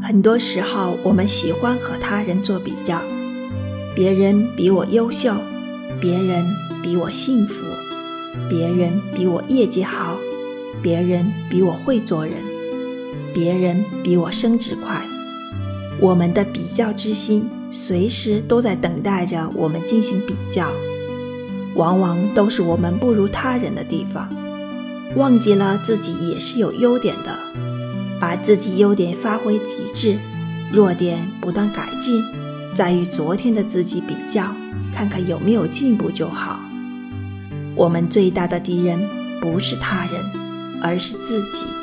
很多时候我们喜欢和他人做比较，别人比我优秀，别人比我幸福，别人比我业绩好，别人比我会做人，别人比我升职快。我们的比较之心随时都在等待着我们进行比较，往往都是我们不如他人的地方，忘记了自己也是有优点的，把自己优点发挥极致，弱点不断改进，再与昨天的自己比较，看看有没有进步就好。我们最大的敌人不是他人，而是自己。